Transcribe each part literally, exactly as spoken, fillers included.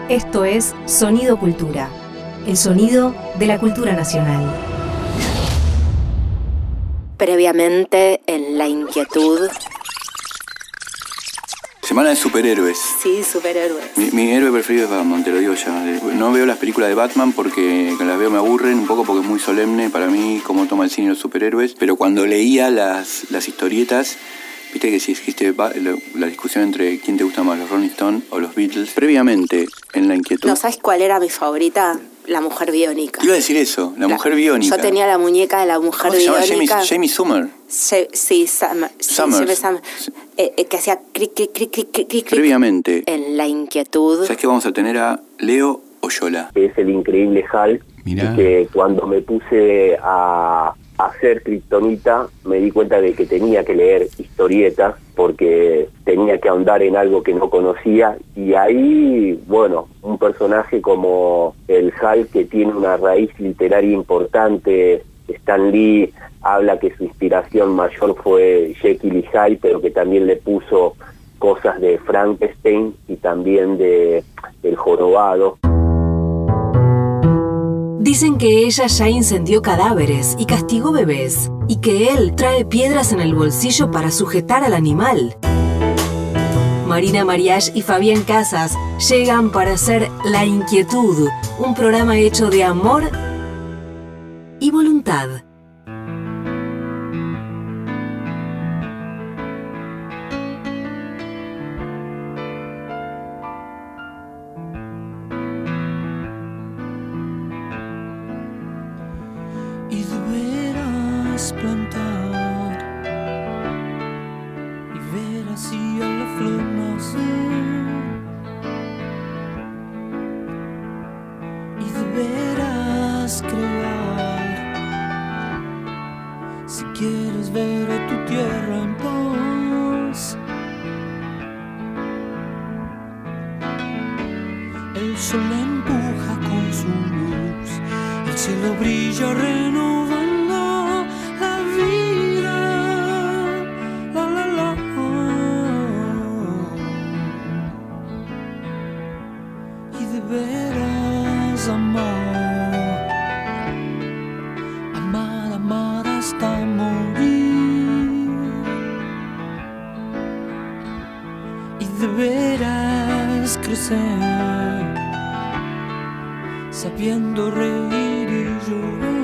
Esto es Sonido Cultura, el sonido de la cultura nacional. Previamente en La Inquietud. Semana de superhéroes. Sí, superhéroes. Mi, mi héroe preferido es Batman, te lo digo ya. No veo las películas de Batman porque cuando las veo me aburren un poco porque es muy solemne para mí cómo toma el cine los superhéroes. Pero cuando leía las, las historietas, viste que si existe la, la discusión entre quién te gusta más, los Rolling Stones o los Beatles. Previamente, en La Inquietud... ¿No sabes cuál era mi favorita? La mujer biónica. Iba a decir eso, la, la mujer biónica. Yo tenía la muñeca de la mujer ¿Cómo se llama? biónica. Jamie, Jamie Summer. Se, sí, Summer. Summers. Sí, Summer. Eh, eh, que hacía cric, cric, cric, cric, cric, cric. Previamente. En La Inquietud. ¿Sabes que vamos a tener a Leo Oyola? Es el increíble Hulk. Mirá. Y que cuando me puse a hacer Kryptonita me di cuenta de que tenía que leer historietas porque tenía que ahondar en algo que no conocía, y ahí, bueno, un personaje como el Hulk, que tiene una raíz literaria importante. Stan Lee habla que su inspiración mayor fue Jekyll y Hyde, pero que también le puso cosas de Frankenstein y también de El Jorobado. Dicen que ella ya incendió cadáveres y castigó bebés, y que él trae piedras en el bolsillo para sujetar al animal. Marina Mariach y Fabián Casas llegan para hacer La Inquietud, un programa hecho de amor y voluntad. Y deberás plantar y ver así a la flor nacer, y deberás crear si quieres ver a tu tierra en paz. El sol empuja con su luz, el cielo brilla renovando la vida, la la la. Y deberás amar, amar, amar hasta morir. Y deberás crecer, sabiendo reír y llorar.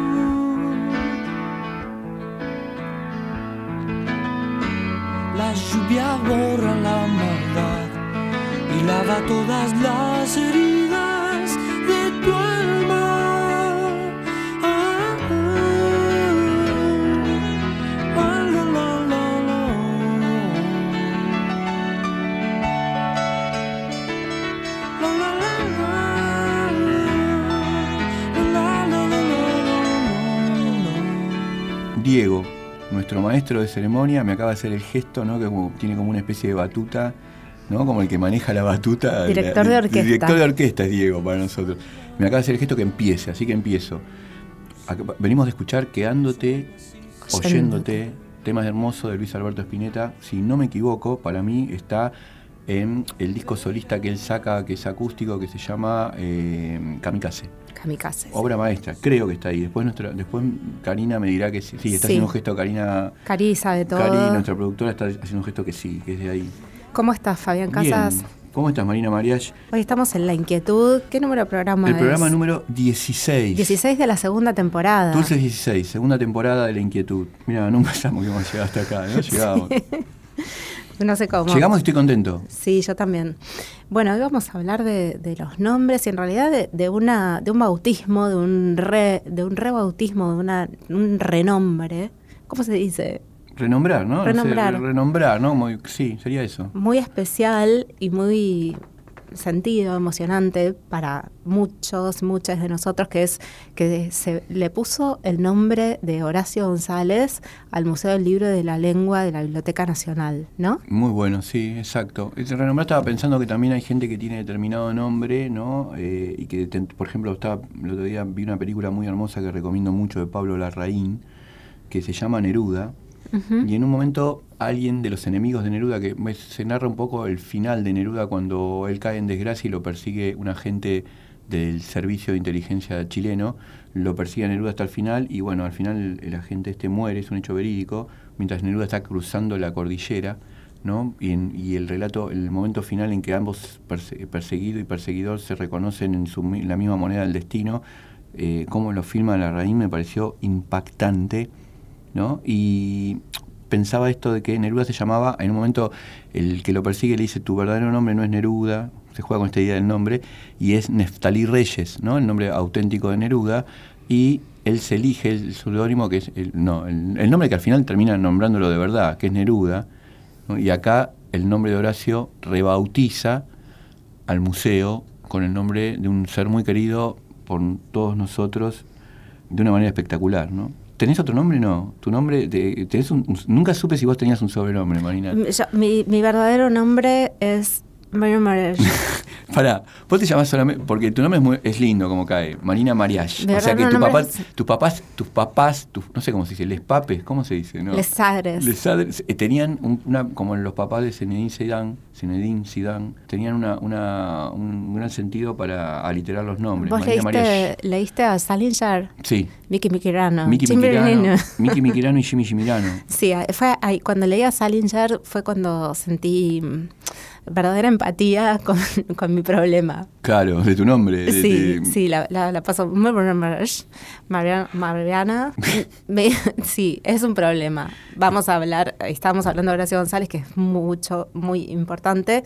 La lluvia borra la maldad y lava todas las heridas de tu alma. Ah, ah, ah, la, la, la, la. La, la, la, la, la, la, la. Diego, nuestro maestro de ceremonia, me acaba de hacer el gesto, ¿no? Que como, tiene como una especie de batuta, ¿no? Como el que maneja la batuta. Director la, de orquesta. Director de orquesta es Diego para nosotros. Me acaba de hacer el gesto que empiece, así que empiezo. Acá, venimos de escuchar Quedándote, Oyéndote, temas hermosos de Luis Alberto Spinetta. Si no me equivoco, para mí está en el disco solista que él saca, que es acústico, que se llama eh, Kamikaze. Kamikaze. Obra maestra, creo que está ahí. Después nuestra, después Karina me dirá que sí. Sí, está Sí. haciendo un gesto, Karina. Cari sabe todo. Cari, nuestra productora, está haciendo un gesto que sí, que es de ahí. ¿Cómo estás, Fabián Casas? Bien. ¿Cómo estás, Marina Mariach? Hoy estamos en La Inquietud. ¿Qué número de programa El es? programa número dieciséis. dieciséis de la segunda temporada. Dulces dieciséis, segunda temporada de La Inquietud. Mira, no pensamos que íbamos a llegar hasta acá, ¿no? Llegamos. No sé cómo. Llegamos y estoy contento. Sí, yo también. Bueno, hoy vamos a hablar de, de los nombres y en realidad de, de una de un bautismo, de un re, de un rebautismo, de una, un renombre. ¿Cómo se dice? Renombrar, ¿no? Renombrar. No sé, renombrar, ¿no? Muy, sí, sería eso. Muy especial y muy sentido, emocionante para muchos, muchas de nosotros, que es que se le puso el nombre de Horacio González al Museo del Libro de la Lengua de la Biblioteca Nacional, ¿no? Muy bueno, sí, exacto. El renombrar, estaba pensando que también hay gente que tiene determinado nombre, ¿no? Eh, y que, te, por ejemplo, estaba, el otro día vi una película muy hermosa que recomiendo mucho de Pablo Larraín, que se llama Neruda. Uh-huh. Y en un momento alguien de los enemigos de Neruda, que me- se narra un poco el final de Neruda cuando él cae en desgracia y lo persigue un agente del servicio de inteligencia chileno, lo persigue a Neruda hasta el final y bueno, al final el, el agente este muere, es un hecho verídico, mientras Neruda está cruzando la cordillera, ¿no? Y, en, y el relato, el momento final en que ambos perse- perseguido y perseguidor se reconocen en, su, mi- la misma moneda del destino, eh, cómo lo filma Larraín me pareció impactante, ¿no? Y pensaba esto de que Neruda se llamaba, en un momento el que lo persigue le dice tu verdadero nombre no es Neruda, se juega con esta idea del nombre, y es Neftalí Reyes, ¿no? El nombre auténtico de Neruda, y él se elige el seudónimo que es, el, no, el, el nombre que al final termina nombrándolo de verdad, que es Neruda, ¿no? Y acá el nombre de Horacio rebautiza al museo con el nombre de un ser muy querido por todos nosotros de una manera espectacular, ¿no? ¿Tenés otro nombre? No. Tu nombre, te- tenés un, un- nunca supe si vos tenías un sobrenombre, Marina. Yo- mi, mi verdadero nombre es Marina Mariage. Pará, vos te llamás solamente, porque tu nombre es, muy, es lindo como cae, Marina Mariage. Mi O sea que verdadero tu nombre papá, es- tus papás, tus papás, tus, no sé cómo se dice, les papes, ¿cómo se dice? ¿No? Les Sadres. Les Sadres, eh, tenían un- una, como los papás de Zinedine Zidane, Zinedine Zidane, tenían una, una, un gran sentido para aliterar los nombres. ¿Vos Marina Mariage. leíste, leíste a Salinger? Sí. Miki Mikirano. Miki Jimmy Mikirano, Menino. Miki Mikirano y Jimmy Gimirano. Sí, fue ahí, cuando leí a Salinger fue cuando sentí mm, verdadera empatía con, con mi problema. Claro, de tu nombre. de- Sí, de- sí, la, la, la paso muy bien, Mariana, Mariana. Me- sí, es un problema. Vamos a hablar, estábamos hablando de Horacio González, que es mucho, muy importante,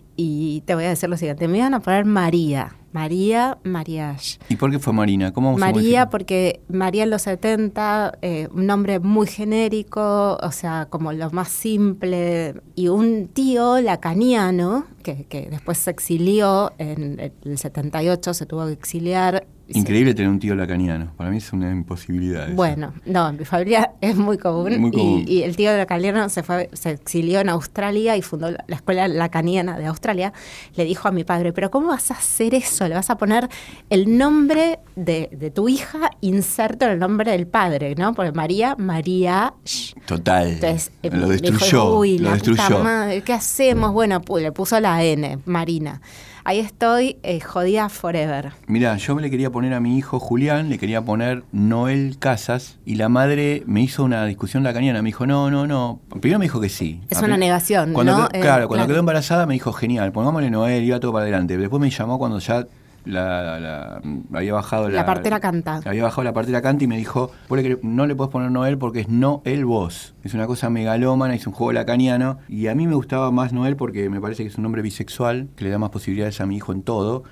y te voy a decir lo siguiente, me iban a poner María, María Mariage. ¿Y por qué fue Marina? ¿Cómo vamos a María, modificar? porque María en los setenta, eh, un nombre muy genérico, o sea, como lo más simple, y un tío lacaniano, que, que después se exilió en el setenta y ocho, se tuvo que exiliar. Increíble tener un tío lacaniano. Para mí es una imposibilidad. eso. Bueno, no, en mi familia es muy común. Muy común. Y, y el tío lacaniano se fue, se exilió en Australia y fundó la la escuela lacaniana de Australia. Le dijo a mi padre, pero ¿cómo vas a hacer eso? Le vas a poner el nombre de, de tu hija inserto en el nombre del padre, ¿no? Porque María, María... shh. Total. Entonces, eh, lo me dijo, destruyó. uy, lo la destruyó. puta madre, ¿qué hacemos? Bueno, pu- le puso la N, Marina. Ahí estoy, eh, jodida forever. Mira, yo me le quería poner a mi hijo Julián, le quería poner Noel Casas, y la madre me hizo una discusión lacaniana. Me dijo, no, no, no. Primero me dijo que sí. Es A una pri- negación, cuando ¿no? quedó- Eh, claro, cuando claro. quedó embarazada me dijo, genial, pongámosle Noel, iba todo para adelante. Después me llamó cuando ya la, la- había bajado la... La partera canta. Había bajado la partera canta y me dijo, vos le querés- no le podés poner Noel porque es Noel vos. Es una cosa megalómana, es un juego lacaniano. Y a mí me gustaba más Noel porque me parece que es un hombre bisexual, que le da más posibilidades a mi hijo en todo.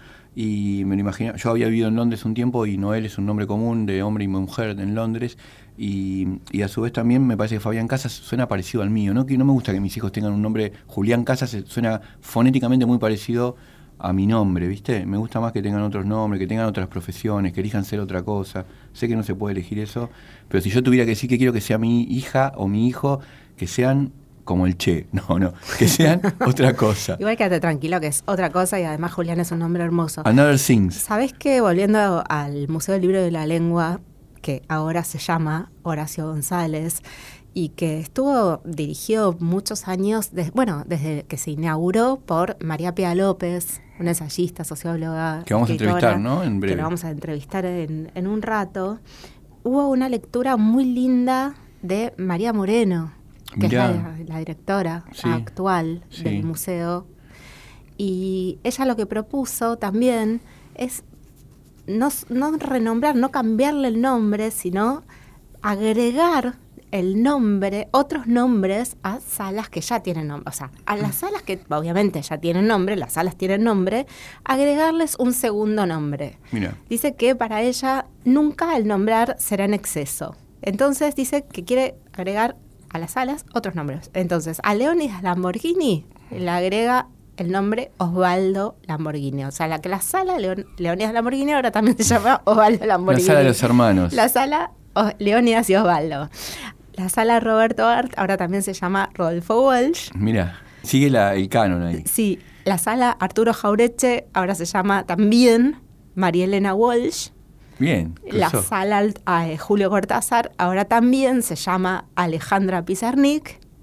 Y me lo imaginé, yo había vivido en Londres un tiempo y Noel es un nombre común de hombre y mujer en Londres. Y, y a su vez también me parece que Fabián Casas suena parecido al mío. No que no me gusta que mis hijos tengan un nombre, Julián Casas eh, suena fonéticamente muy parecido a mi nombre, ¿viste? Me gusta más que tengan otros nombres, que tengan otras profesiones, que elijan ser otra cosa. Sé que no se puede elegir eso, pero si yo tuviera que decir que quiero que sea mi hija o mi hijo, que sean como el Che, no, no, que sean otra cosa. Igual quédate tranquilo que es otra cosa y además Julián es un nombre hermoso. Another Things. ¿Sabés que volviendo al Museo del Libro de la Lengua, que ahora se llama Horacio González, y que estuvo dirigido muchos años, des- bueno, desde que se inauguró por María Pía López, una ensayista, socióloga. Que vamos a escritora, entrevistar, ¿no? En breve. Que lo vamos a entrevistar en, en un rato. Hubo una lectura muy linda de María Moreno, que Mirá. es la, la directora Sí, actual sí. del museo. Y ella lo que propuso también es no, no renombrar, no cambiarle el nombre, sino agregar el nombre, otros nombres a salas que ya tienen nombre. O sea, a las salas que obviamente ya tienen nombre, las salas tienen nombre, agregarles un segundo nombre. Mira, Dice que para ella nunca el nombrar será en exceso. Entonces dice que quiere agregar a las salas otros nombres. Entonces, a Leónidas Lamborghini le agrega el nombre Osvaldo Lamborghini. O sea, la que la sala Leon- Leónidas Lamborghini ahora también se llama Osvaldo la Lamborghini. sala de los hermanos. La sala oh, Leónidas y Osvaldo. La sala Roberto Art ahora también se llama Rodolfo Walsh. Mira, sigue la, el canon ahí. Sí, la sala Arturo Jaureche ahora se llama también María Elena Walsh. Bien. La cruzó. sala eh, Julio Cortázar ahora también se llama Alejandra Pizarnik.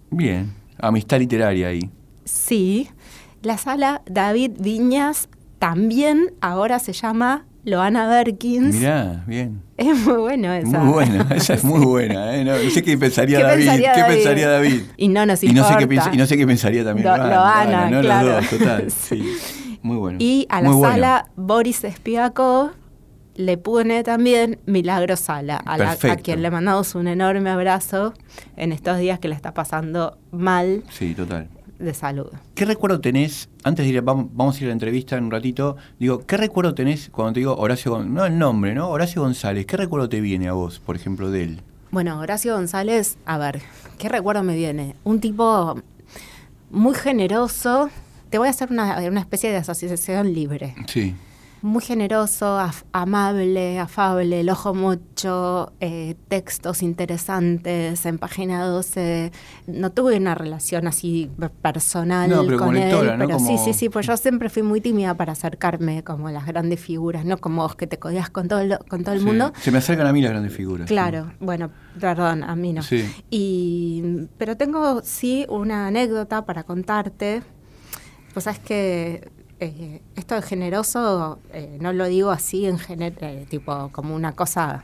Bien, amistad literaria ahí. Sí, la sala David Viñas también ahora se llama Loana Berkins. Mirá, bien. Es muy bueno esa. Muy buena, esa es muy buena. ¿eh? No, no sé qué pensaría ¿Qué David. pensaría ¿Qué David? pensaría David? Y no nos Y no, sé importa. qué pens- y no sé qué pensaría también Lo- Loana, Loana, Loana, ¿no? claro. Los dos, total. Sí. Muy bueno. Y a la Muy bueno. sala Boris Spivakov le pone también Milagro Sala, a, la- a Perfecto. quien le mandamos un enorme abrazo en estos días que la está pasando mal Sí, total. de salud. ¿Qué recuerdo tenés, antes de ir, vamos, vamos a ir a la entrevista en un ratito, digo, ¿qué recuerdo tenés cuando te digo Horacio González? No el nombre, ¿no? Horacio González, ¿qué recuerdo te viene a vos, por ejemplo, de él? Bueno, Horacio González, a ver, ¿qué recuerdo me viene? Un tipo muy generoso. Te voy a hacer una, una especie de asociación libre. Sí. Muy generoso, af- amable, afable, el ojo mocho, eh, textos interesantes, en página doce. No tuve una relación así personal No, pero con como lectora, él, ¿no? pero Como- sí, sí, sí, pues yo siempre fui muy tímida para acercarme como a las grandes figuras, no como vos que te codías con todo, lo- con todo el Sí. mundo. Se me acercan a mí las grandes figuras. Claro, bueno, perdón, a mí no. Sí. Y, pero tengo sí una anécdota para contarte. Pues sabes que eh, esto de generoso eh, no lo digo así en gener eh, tipo como una cosa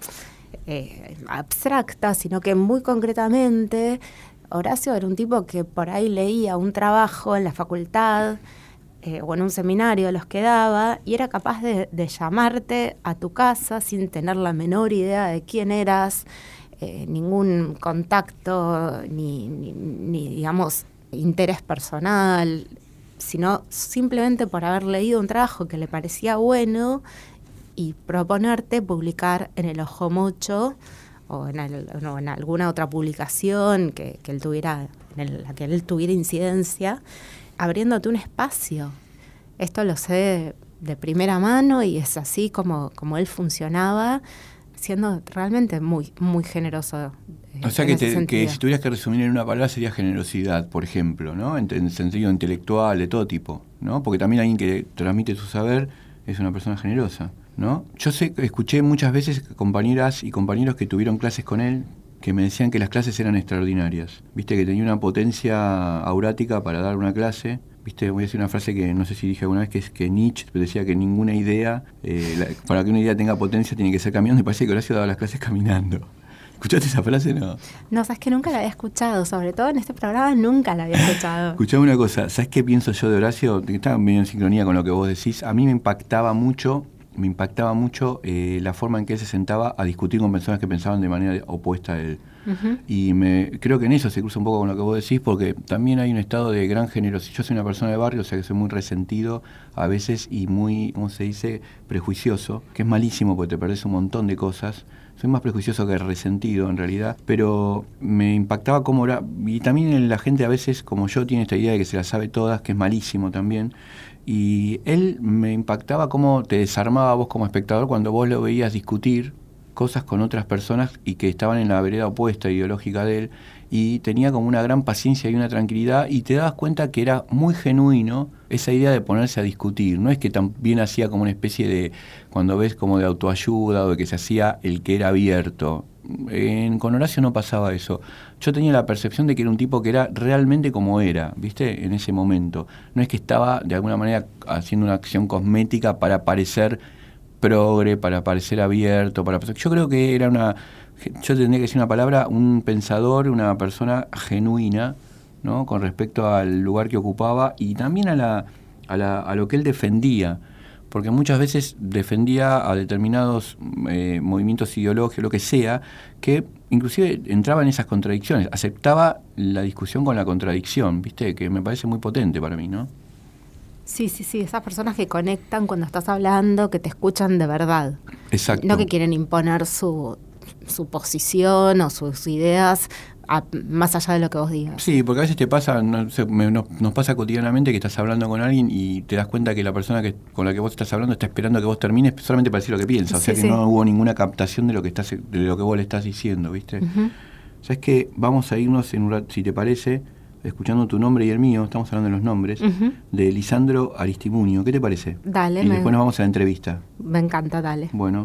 eh, abstracta, sino que muy concretamente Horacio era un tipo que por ahí leía un trabajo en la facultad eh, o en un seminario de los que daba y era capaz de, de llamarte a tu casa sin tener la menor idea de quién eras, eh, ningún contacto, ni, ni, ni, digamos, interés personal, sino simplemente por haber leído un trabajo que le parecía bueno y proponerte publicar en el Ojo Mocho o en, el, no, en alguna otra publicación que, que él tuviera, en el- la que él tuviera incidencia, abriéndote un espacio. Esto lo sé de, de primera mano y es así como, como él funcionaba, siendo realmente muy, muy generoso. eh, O sea en que, ese te- que sentido. si tuvieras que resumir en una palabra sería generosidad, por ejemplo, ¿no? En, en sentido intelectual, de todo tipo, ¿no? Porque también alguien que transmite su saber es una persona generosa, ¿no? Yo sé, escuché muchas veces compañeras y compañeros que tuvieron clases con él que me decían que las clases eran extraordinarias. Viste que tenía una potencia aurática para dar una clase. Viste, voy a decir una frase que no sé si dije alguna vez, que es que Nietzsche decía que ninguna idea, eh, la- para que una idea tenga potencia tiene que ser caminando, y parece que Horacio daba las clases caminando. ¿Escuchaste esa frase? No. No, sabes que nunca la había escuchado, sobre todo en este programa nunca la había escuchado. Escuchame una cosa, ¿sabes qué pienso yo de Horacio? Que está medio en sincronía con lo que vos decís. A mí me impactaba mucho, me impactaba mucho eh, la forma en que él se sentaba a discutir con personas que pensaban de manera opuesta a él. Ujú. Y me creo que en eso se cruza un poco con lo que vos decís, porque también hay un estado de gran generosidad. Yo soy una persona de barrio, o sea que soy muy resentido a veces y muy, ¿cómo se dice?, prejuicioso, que es malísimo porque te perdés un montón de cosas. Soy más prejuicioso que resentido en realidad, pero me impactaba cómo era, y también la gente a veces como yo tiene esta idea de que se la sabe todas, que es malísimo también, y él me impactaba cómo te desarmaba vos como espectador cuando vos lo veías discutir cosas con otras personas y que estaban en la vereda opuesta ideológica de él, y tenía como una gran paciencia y una tranquilidad, y te dabas cuenta que era muy genuino esa idea de ponerse a discutir. No es que también hacía como una especie de, cuando ves como de autoayuda o de que se hacía el que era abierto. En, con Horacio no pasaba eso. Yo tenía la percepción de que era un tipo que era realmente como era, ¿viste? En ese momento. No es que estaba de alguna manera haciendo una acción cosmética para parecer progre, para parecer abierto, para yo creo que era una, yo tendría que decir una palabra, un pensador, una persona genuina, ¿no?, con respecto al lugar que ocupaba y también a la, a la, a lo que él defendía, porque muchas veces defendía a determinados eh, movimientos ideológicos, lo que sea, que inclusive entraba en esas contradicciones, aceptaba la discusión con la contradicción, ¿viste? Que me parece muy potente para mí, ¿no? Sí, sí, sí, esas personas que conectan cuando estás hablando, que te escuchan de verdad. Exacto. No que quieren imponer su, su posición o sus ideas a- más allá de lo que vos digas. Sí, porque a veces te pasa, no sé, me- nos, nos pasa cotidianamente que estás hablando con alguien y te das cuenta que la persona que con la que vos estás hablando está esperando que vos termines solamente para decir lo que piensa. O sea Sí, que sí. no hubo ninguna captación de lo que estás, de lo que vos le estás diciendo, ¿viste? Ujú. ¿Sabes qué? Vamos a irnos en un rato, si te parece, escuchando tu nombre y el mío, estamos hablando de los nombres, Ujú. de Lisandro Aristimuño. ¿Qué te parece? Dale, Y me, después nos vamos a la entrevista. me encanta, dale. Bueno.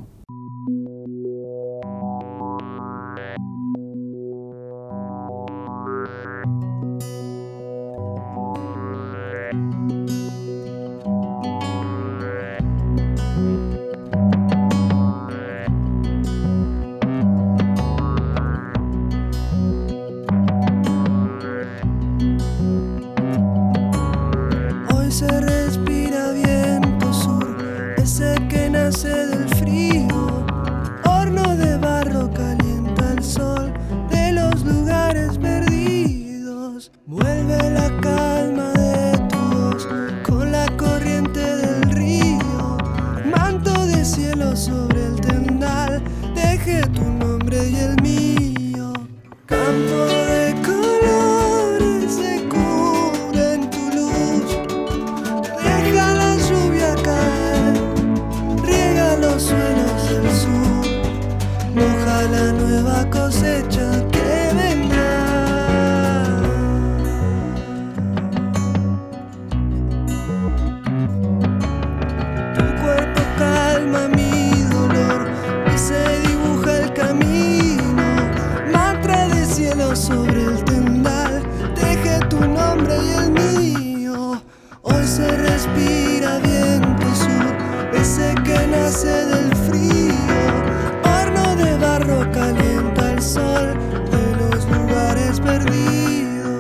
se respira viento sur, ese que nace del frío. Horno de barro calienta el sol de los lugares perdidos.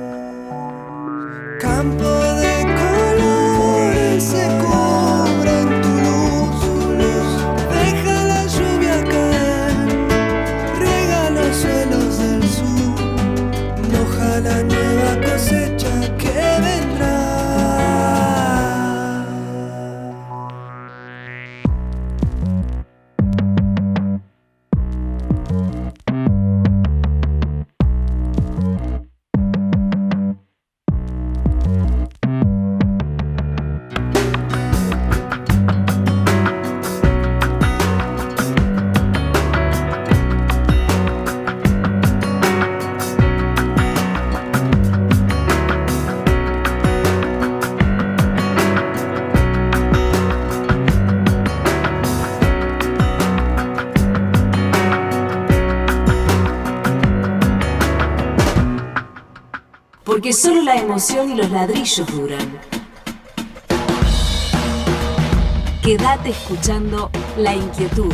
Campo de colores se cubre en tu luz. Deja la lluvia caer, riega los suelos del sur, moja la nueva cosecha que vendrá. Porque solo la emoción y los ladrillos duran. Quédate escuchando La Inquietud.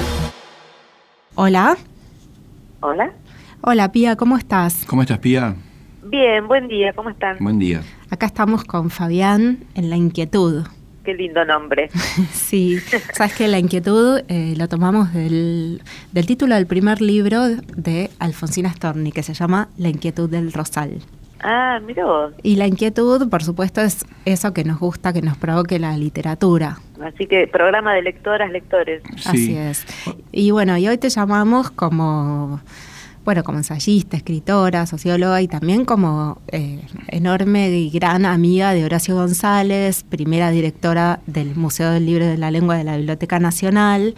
Hola. Hola. Hola, Pía, ¿cómo estás? ¿Cómo estás, Pía? Bien, buen día, ¿cómo están? Buen día. Acá estamos con Fabián en La Inquietud. Qué lindo nombre. Sí, sabes que La Inquietud eh, lo tomamos del, del título del primer libro de Alfonsina Storni, que se llama La Inquietud del Rosal. Ah, mirá vos. Y la inquietud, por supuesto, es eso que nos gusta, que nos provoque la literatura. Así que programa de lectoras, lectores. Sí. Así es. Y bueno, y hoy te llamamos como, bueno, como ensayista, escritora, socióloga y también como eh, enorme y gran amiga de Horacio González, primera directora del Museo del Libro de la Lengua de la Biblioteca Nacional.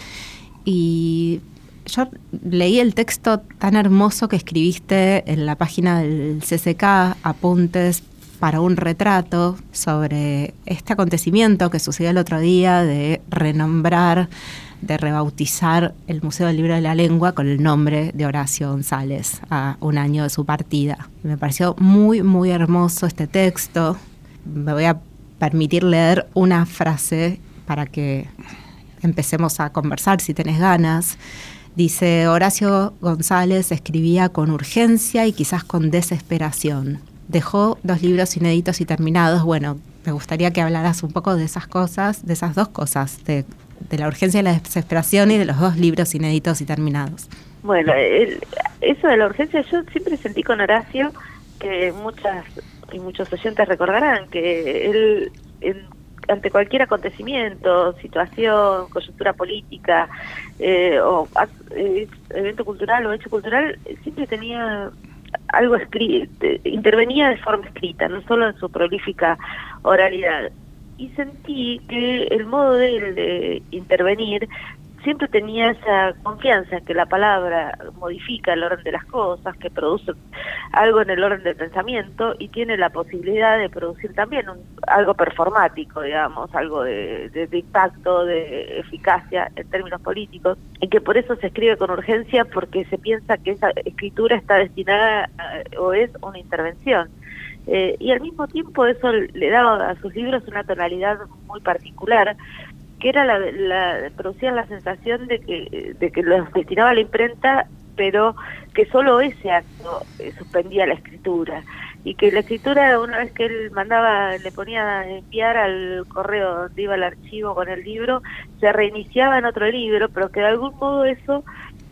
Y yo leí el texto tan hermoso que escribiste en la página del C C K, Apuntes para un retrato, sobre este acontecimiento que sucedió el otro día de renombrar, de rebautizar el Museo del Libro de la Lengua con el nombre de Horacio González a un año de su partida. Me pareció muy, muy hermoso este texto. Me voy a permitir leer una frase para que empecemos a conversar si tenés ganas. Dice: Horacio González escribía con urgencia y quizás con desesperación. Dejó dos libros inéditos y terminados. Bueno, me gustaría que hablaras un poco de esas cosas, de esas dos cosas, de, de la urgencia y la desesperación y de los dos libros inéditos y terminados. Bueno, el, eso de la urgencia, yo siempre sentí con Horacio, que muchas y muchos oyentes recordarán, que él, en, ante cualquier acontecimiento, situación, coyuntura política, eh, o eh, evento cultural o hecho cultural, siempre tenía algo escrito, intervenía de forma escrita, no solo en su prolífica oralidad. Y sentí que el modo de él de intervenir siempre tenía esa confianza en que la palabra modifica el orden de las cosas, que produce algo en el orden del pensamiento y tiene la posibilidad de producir también un, algo performático, digamos, algo de, de, de impacto, de eficacia en términos políticos, y que por eso se escribe con urgencia, porque se piensa que esa escritura está destinada a, o es una intervención. Eh, y al mismo tiempo eso le daba a sus libros una tonalidad muy particular, que era la, la producían la sensación de que de que los destinaba a la imprenta, pero que solo ese acto eh, suspendía la escritura, y que la escritura, una vez que él mandaba, le ponía a enviar al correo donde iba el archivo con el libro, se reiniciaba en otro libro, pero que de algún modo eso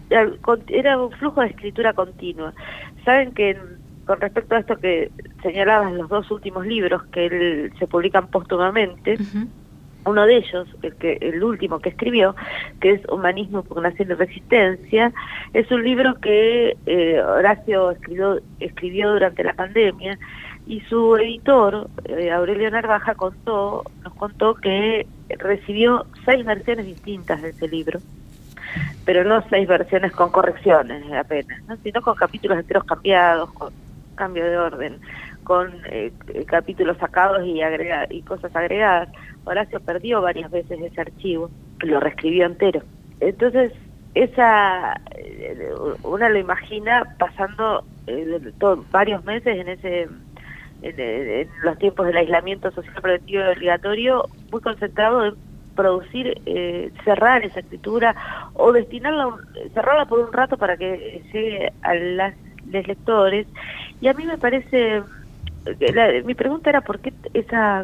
era un flujo de escritura continua. Saben que con respecto a esto que señalabas, los dos últimos libros que él se publican póstumamente, uh-huh. Uno de ellos, el que el último que escribió, que es Humanismo, Pugnación y Resistencia, es un libro que eh, Horacio escribió, escribió durante la pandemia, y su editor, eh, Aurelio Narvaja, contó, nos contó que recibió seis versiones distintas de ese libro, pero no seis versiones con correcciones apenas, ¿no? Sino con capítulos enteros cambiados, con cambio de orden, con eh, capítulos sacados y, agrega, y cosas agregadas. Horacio perdió varias veces ese archivo, lo reescribió entero. Entonces, esa una lo imagina pasando eh, todo, varios meses en ese en, en los tiempos del aislamiento social preventivo y obligatorio, muy concentrado en producir, eh, cerrar esa escritura o destinarla, cerrarla por un rato para que llegue a las, los lectores. Y a mí me parece, la, mi pregunta era por qué esa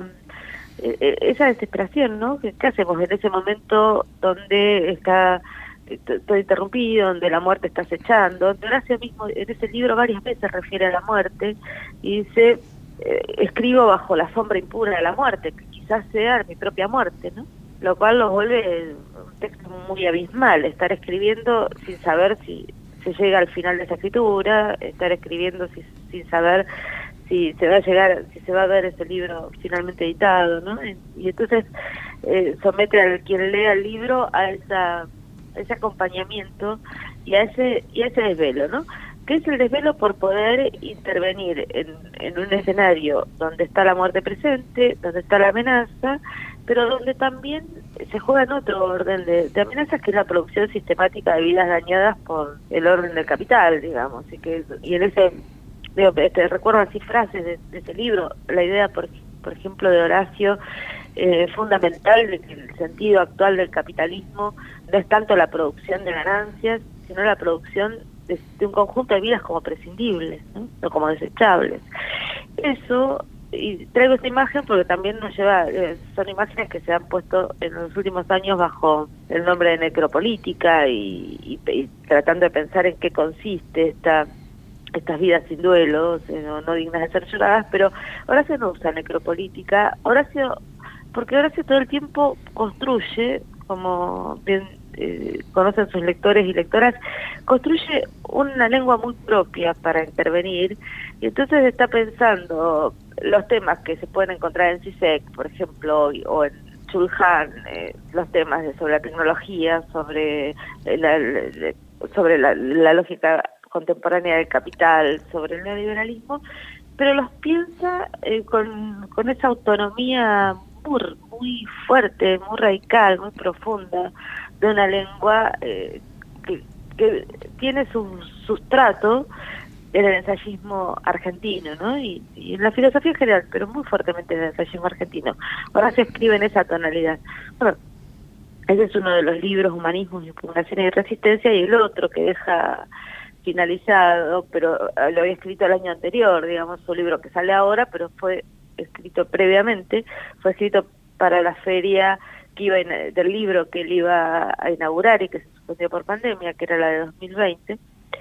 esa desesperación, ¿no? ¿Qué, qué hacemos en ese momento donde está todo interrumpido, donde la muerte está acechando? Horacio mismo en ese libro varias veces refiere a la muerte y dice, eh, escribo bajo la sombra impura de la muerte, que quizás sea mi propia muerte, ¿no? Lo cual lo vuelve un texto muy abismal, estar escribiendo sin saber si se llega al final de esa escritura, estar escribiendo si, sin saber si se va a llegar, si se va a ver ese libro finalmente editado, ¿no? Y entonces eh, somete al quien lea el libro a esa a ese acompañamiento y a ese y a ese desvelo, ¿no? Que es el desvelo por poder intervenir en, en un escenario donde está la muerte presente, donde está la amenaza, pero donde también se juega en otro orden de, de amenazas, que es la producción sistemática de vidas dañadas por el orden del capital, digamos, y que y en ese digo, este, recuerdo así frases de, de ese libro, la idea, por, por ejemplo, de Horacio, eh, fundamental de que el sentido actual del capitalismo no es tanto la producción de ganancias, sino la producción de, de un conjunto de vidas como prescindibles, ¿no? No como desechables. Eso, y traigo esta imagen porque también nos lleva, eh, son imágenes que se han puesto en los últimos años bajo el nombre de necropolítica y, y, y tratando de pensar en qué consiste esta estas vidas sin duelos, eh, no, no dignas de ser lloradas, pero Horacio no usa necropolítica, Horacio, porque Horacio todo el tiempo construye, como bien eh, conocen sus lectores y lectoras, construye una lengua muy propia para intervenir, y entonces está pensando los temas que se pueden encontrar en Zizek, por ejemplo, o en Chulhan, eh, los temas de, sobre la tecnología, sobre la, sobre la, la lógica contemporánea del capital, sobre el neoliberalismo, pero los piensa eh, con, con esa autonomía muy, muy fuerte, muy radical, muy profunda, de una lengua eh, que, que tiene su sustrato en el ensayismo argentino, ¿no? Y, y en la filosofía en general, pero muy fuertemente en el ensayismo argentino. Ahora se escribe en esa tonalidad. Bueno, ese es uno de los libros, Humanismos, Impugnaciones y Resistencia, y el otro que deja finalizado, pero lo había escrito el año anterior, digamos, su libro que sale ahora, pero fue escrito previamente, fue escrito para la feria que iba in, del libro que él iba a inaugurar y que se suspendió por pandemia, que era la de dos mil veinte,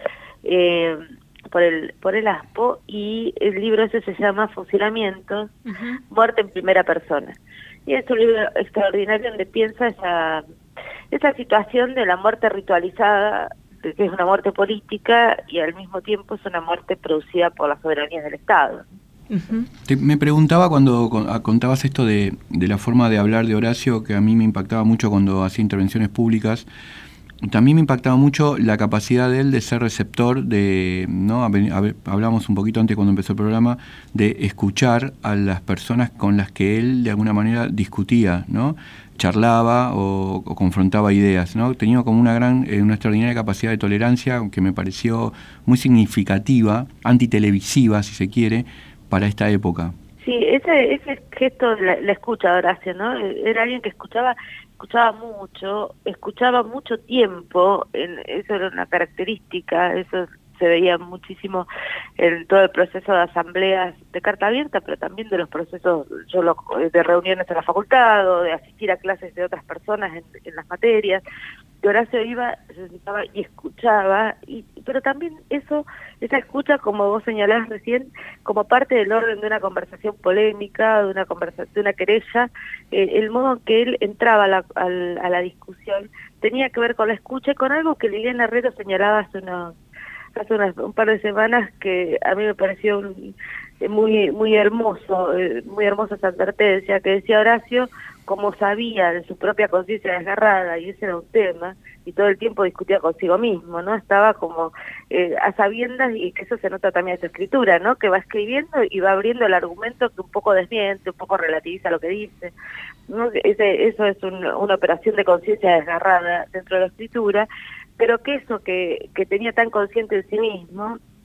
eh, por el por el ASPO, y el libro ese se llama Fusilamientos, uh-huh. Muerte en primera persona. Y es un libro extraordinario donde piensa esa, esa situación de la muerte ritualizada, que es una muerte política y al mismo tiempo es una muerte producida por las soberanías del Estado. Uh-huh. Te, me preguntaba cuando contabas esto de, de la forma de hablar de Horacio, que a mí me impactaba mucho cuando hacía intervenciones públicas. También me impactaba mucho la capacidad de él de ser receptor, de, ¿no? Hablamos un poquito antes cuando empezó el programa, de escuchar a las personas con las que él de alguna manera discutía, ¿no? Charlaba o, o confrontaba ideas, ¿no? Tenía como una gran, eh, una extraordinaria capacidad de tolerancia que me pareció muy significativa, antitelevisiva, si se quiere, para esta época. Sí, ese ese gesto la, la escucha de Horacio, ¿no? Era alguien que escuchaba escuchaba mucho, escuchaba mucho tiempo, en, eso era una característica, eso se veía muchísimo en todo el proceso de asambleas de carta abierta, pero también de los procesos yo lo, de reuniones en la facultad o de asistir a clases de otras personas en, en las materias. Que Horacio iba, se sentaba y escuchaba, y, pero también eso, esa escucha, como vos señalás recién, como parte del orden de una conversación polémica, de una conversación, de una querella, eh, el modo en que él entraba a la, a, a la discusión tenía que ver con la escucha y con algo que Liliana Herrero señalaba hace unos hace unas, un par de semanas, que a mí me pareció un, muy muy hermoso, eh, muy hermosa esa advertencia, que decía Horacio, como sabía de su propia conciencia desgarrada, y ese era un tema, y todo el tiempo discutía consigo mismo, ¿no? Estaba como eh, a sabiendas, y que eso se nota también en su escritura, ¿no? Que va escribiendo y va abriendo el argumento que un poco desmiente, un poco relativiza lo que dice, ¿no? Ese, eso es un, una operación de conciencia desgarrada dentro de la escritura, pero que eso que, que tenía tan consciente en sí mismo,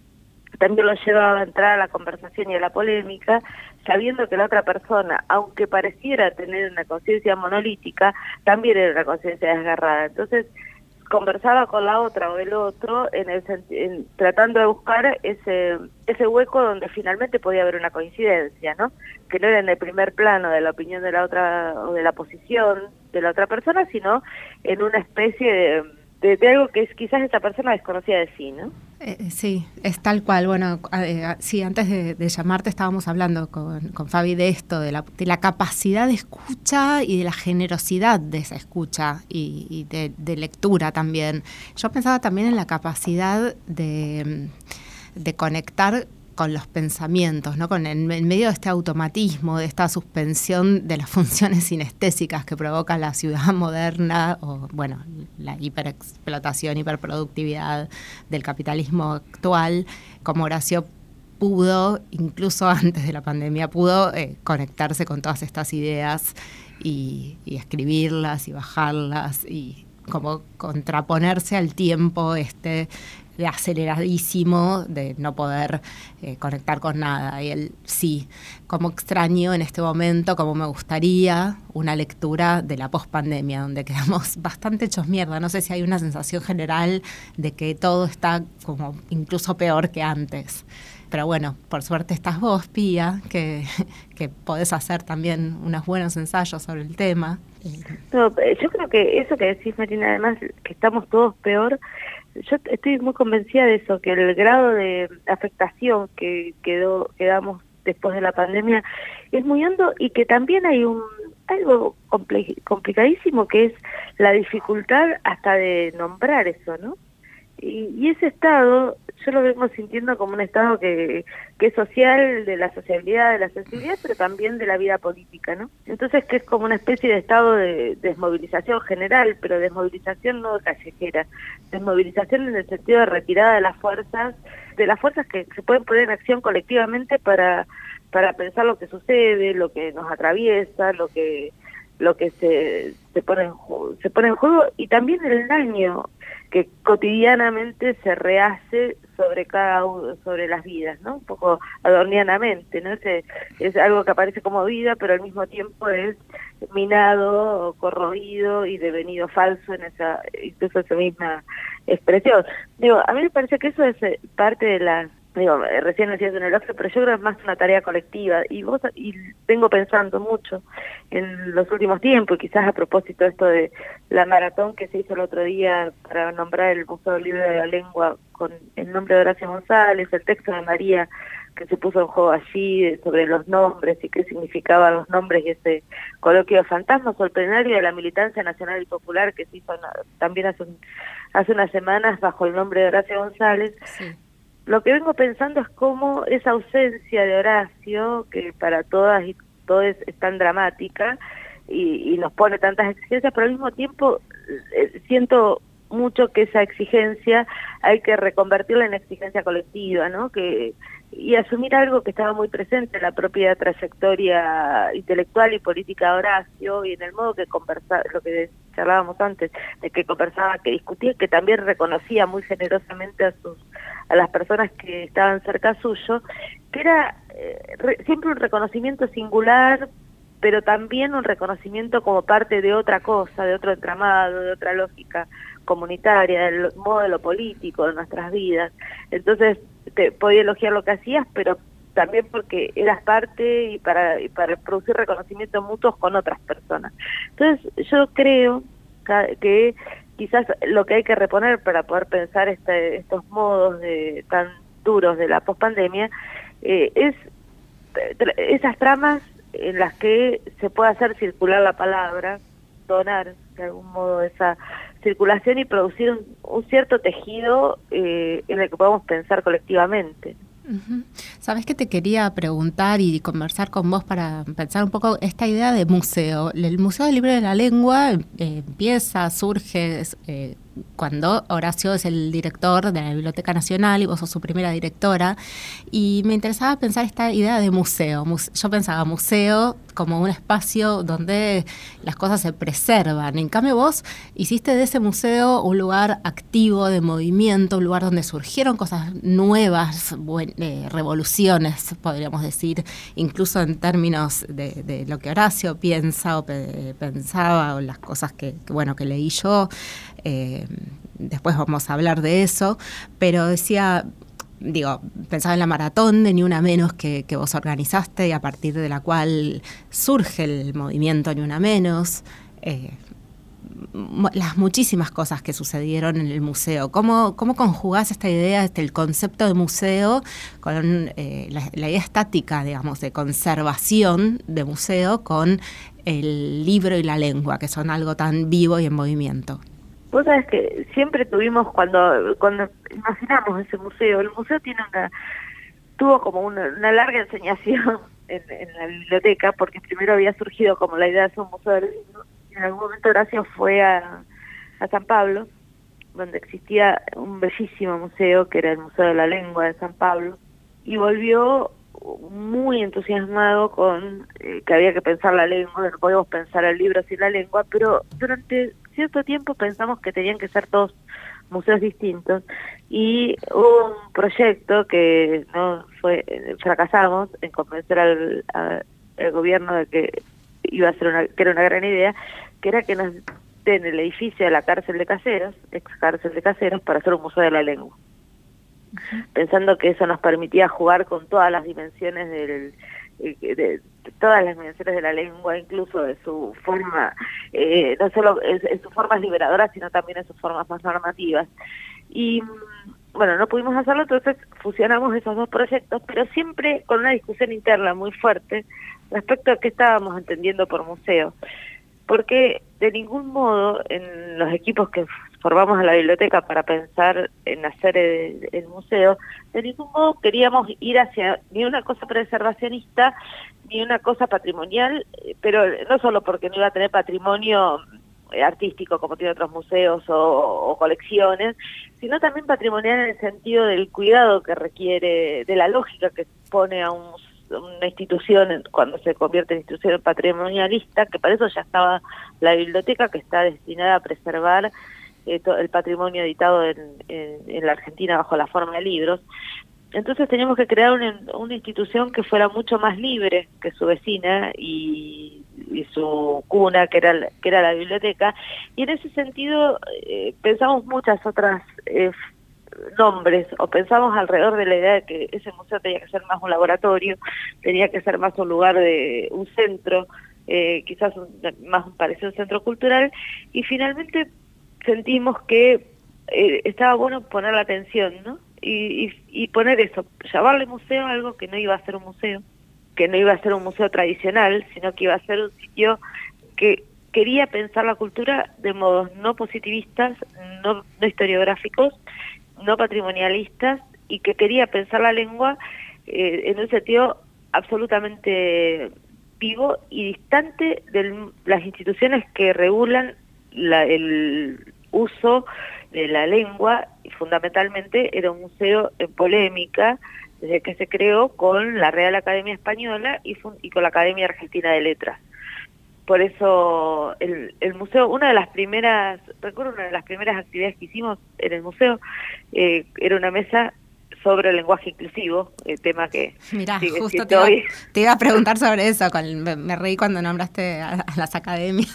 también lo llevaba a entrar a la conversación y a la polémica, sabiendo que la otra persona, aunque pareciera tener una conciencia monolítica, también era una conciencia desgarrada. Entonces, conversaba con la otra o el otro en el en, tratando de buscar ese ese hueco donde finalmente podía haber una coincidencia, ¿no? Que no era en el primer plano de la opinión de la otra o de la posición de la otra persona, sino en una especie de, de, de algo que es quizás esa persona desconocía de sí, ¿no? Eh, sí, es tal cual. Bueno, eh, sí, antes de, de llamarte estábamos hablando con, con Fabi de esto, de la, de la capacidad de escucha y de la generosidad de esa escucha y, y de, de lectura también. Yo pensaba también en la capacidad de, de conectar con los pensamientos, ¿no? Con el, en medio de este automatismo, de esta suspensión de las funciones sinestésicas que provoca la ciudad moderna, o bueno, la hiperexplotación, hiperproductividad del capitalismo actual, como Horacio pudo, incluso antes de la pandemia, pudo eh, conectarse con todas estas ideas y, y escribirlas y bajarlas y como contraponerse al tiempo este de aceleradísimo, de no poder eh, conectar con nada. Y él sí, como extraño en este momento, como me gustaría una lectura de la pospandemia, donde quedamos bastante hechos mierda. No sé si hay una sensación general de que todo está como incluso peor que antes. Pero bueno, por suerte estás vos, Pía, que, que podés hacer también unos buenos ensayos sobre el tema. No, yo creo que eso que decís, Marina, además, que estamos todos peor, yo estoy muy convencida de eso, que el grado de afectación que quedó quedamos después de la pandemia es muy hondo y que también hay un algo compli- complicadísimo que es la dificultad hasta de nombrar eso, ¿no? Y, y ese estado yo lo vengo sintiendo como un estado que, que es social, de la sociabilidad, de la sensibilidad, pero también de la vida política, ¿no? Entonces que es como una especie de estado de desmovilización general, pero desmovilización no callejera, desmovilización en el sentido de retirada de las fuerzas, de las fuerzas que se pueden poner en acción colectivamente para, para pensar lo que sucede, lo que nos atraviesa, lo que lo que se, se pone en juego, se pone en juego y también el daño que cotidianamente se rehace sobre cada uno, sobre las vidas, ¿no? Un poco adornianamente, ¿no? Es, es algo que aparece como vida, pero al mismo tiempo es minado, corroído y devenido falso en esa, incluso esa misma expresión. Digo, a mí me parece que eso es parte de la, digo, recién decías un elogio, pero yo creo que es más una tarea colectiva, y vos, y vengo pensando mucho en los últimos tiempos, y quizás a propósito de esto de la maratón que se hizo el otro día para nombrar el Museo Libre de la Lengua con el nombre de Horacio González, el texto de María que se puso en juego allí sobre los nombres y qué significaban los nombres y ese coloquio de fantasmas, o el plenario de la militancia nacional y popular que se hizo también hace, un, hace unas semanas bajo el nombre de Horacio González. Sí. Lo que vengo pensando es cómo esa ausencia de Horacio, que para todas y todos es tan dramática y, y nos pone tantas exigencias, pero al mismo tiempo eh, siento mucho que esa exigencia hay que reconvertirla en exigencia colectiva, ¿no? Que y asumir algo que estaba muy presente en la propia trayectoria intelectual y política de Horacio y en el modo que conversaba, lo que charlábamos antes, de que conversaba, que discutía, que también reconocía muy generosamente a sus a las personas que estaban cerca suyo, que era eh, re, siempre un reconocimiento singular, pero también un reconocimiento como parte de otra cosa, de otro entramado, de otra lógica comunitaria, del modelo político de nuestras vidas. Entonces, te podía elogiar lo que hacías, pero también porque eras parte y para, y para producir reconocimientos mutuos con otras personas. Entonces, yo creo que quizás lo que hay que reponer para poder pensar este, estos modos de, tan duros de la pospandemia eh, es esas tramas en las que se puede hacer circular la palabra, donar de algún modo esa circulación y producir un, un cierto tejido eh, en el que podamos pensar colectivamente. Uh-huh. ¿Sabes qué te quería preguntar y conversar con vos para pensar un poco esta idea de museo? El Museo Libre de la Lengua eh, empieza, surge eh, cuando Horacio es el director de la Biblioteca Nacional y vos sos su primera directora, y me interesaba pensar esta idea de museo. Yo pensaba museo como un espacio donde las cosas se preservan. En cambio vos hiciste de ese museo un lugar activo, de movimiento, un lugar donde surgieron cosas nuevas, buen, eh, revoluciones, podríamos decir, incluso en términos de, de lo que Horacio piensa o pe, pensaba, o las cosas que, que, bueno, que leí yo. Eh, después vamos a hablar de eso, pero decía, digo, pensaba en la maratón de Ni Una Menos que, que vos organizaste y a partir de la cual surge el movimiento Ni Una Menos, eh, las muchísimas cosas que sucedieron en el museo. ¿Cómo, cómo conjugás esta idea, este, el concepto de museo con eh, la, la idea estática, digamos, de conservación de museo con el libro y la lengua, que son algo tan vivo y en movimiento? Vos sabés que siempre tuvimos, cuando cuando imaginamos ese museo, el museo tiene una tuvo como una, una larga enseñación en, en la biblioteca, porque primero había surgido como la idea de hacer un museo del libro, y en algún momento Horacio fue a, a San Pablo, donde existía un bellísimo museo, que era el Museo de la Lengua de San Pablo, y volvió muy entusiasmado con eh, que había que pensar la lengua, que no podíamos pensar el libro sin la lengua, pero durante cierto tiempo pensamos que tenían que ser todos museos distintos, y hubo un proyecto que no fue, fracasamos en convencer al, a, al gobierno de que iba a ser una, que era una gran idea, que era que nos den el edificio de la cárcel de Caseros, ex cárcel de Caseros, para hacer un museo de la lengua. Uh-huh. Pensando que eso nos permitía jugar con todas las dimensiones del de, de todas las dimensiones de la lengua, incluso de su forma, eh, no solo en, en sus formas liberadoras, sino también en sus formas más normativas. Y bueno, no pudimos hacerlo, entonces fusionamos esos dos proyectos, pero siempre con una discusión interna muy fuerte respecto a qué estábamos entendiendo por museo. Porque de ningún modo en los equipos que formamos en la biblioteca para pensar en hacer el, el museo, de ningún modo queríamos ir hacia ni una cosa preservacionista ni una cosa patrimonial, pero no solo porque no iba a tener patrimonio artístico como tiene otros museos o, o colecciones, sino también patrimonial en el sentido del cuidado que requiere, de la lógica que pone a un una institución cuando se convierte en institución patrimonialista, que para eso ya estaba la biblioteca, que está destinada a preservar eh, todo el patrimonio editado en, en, en la Argentina bajo la forma de libros. Entonces teníamos que crear una, una institución que fuera mucho más libre que su vecina y, y su cuna, que era, que era la biblioteca, y en ese sentido eh, pensamos muchas otras eh, nombres, o pensamos alrededor de la idea de que ese museo tenía que ser más un laboratorio, tenía que ser más un lugar de un centro, eh, quizás un, más parecido a un centro cultural, y finalmente sentimos que eh, estaba bueno poner la atención, ¿no? Y, y, y poner eso, llamarle museo a algo que no iba a ser un museo, que no iba a ser un museo tradicional, sino que iba a ser un sitio que quería pensar la cultura de modos no positivistas, no, no historiográficos, no patrimonialistas, y que quería pensar la lengua eh, en un sentido absolutamente vivo y distante de las instituciones que regulan la, el uso de la lengua, y fundamentalmente era un museo en polémica desde que se creó con la Real Academia Española y, y con la Academia Argentina de Letras. Por eso el, el museo, una de las primeras, recuerdo una de las primeras actividades que hicimos en el museo, eh, era una mesa sobre el lenguaje inclusivo, el tema que Mirá, sigue justo te iba, hoy. te iba a preguntar sobre eso, con, me, me reí cuando nombraste a, a las academias.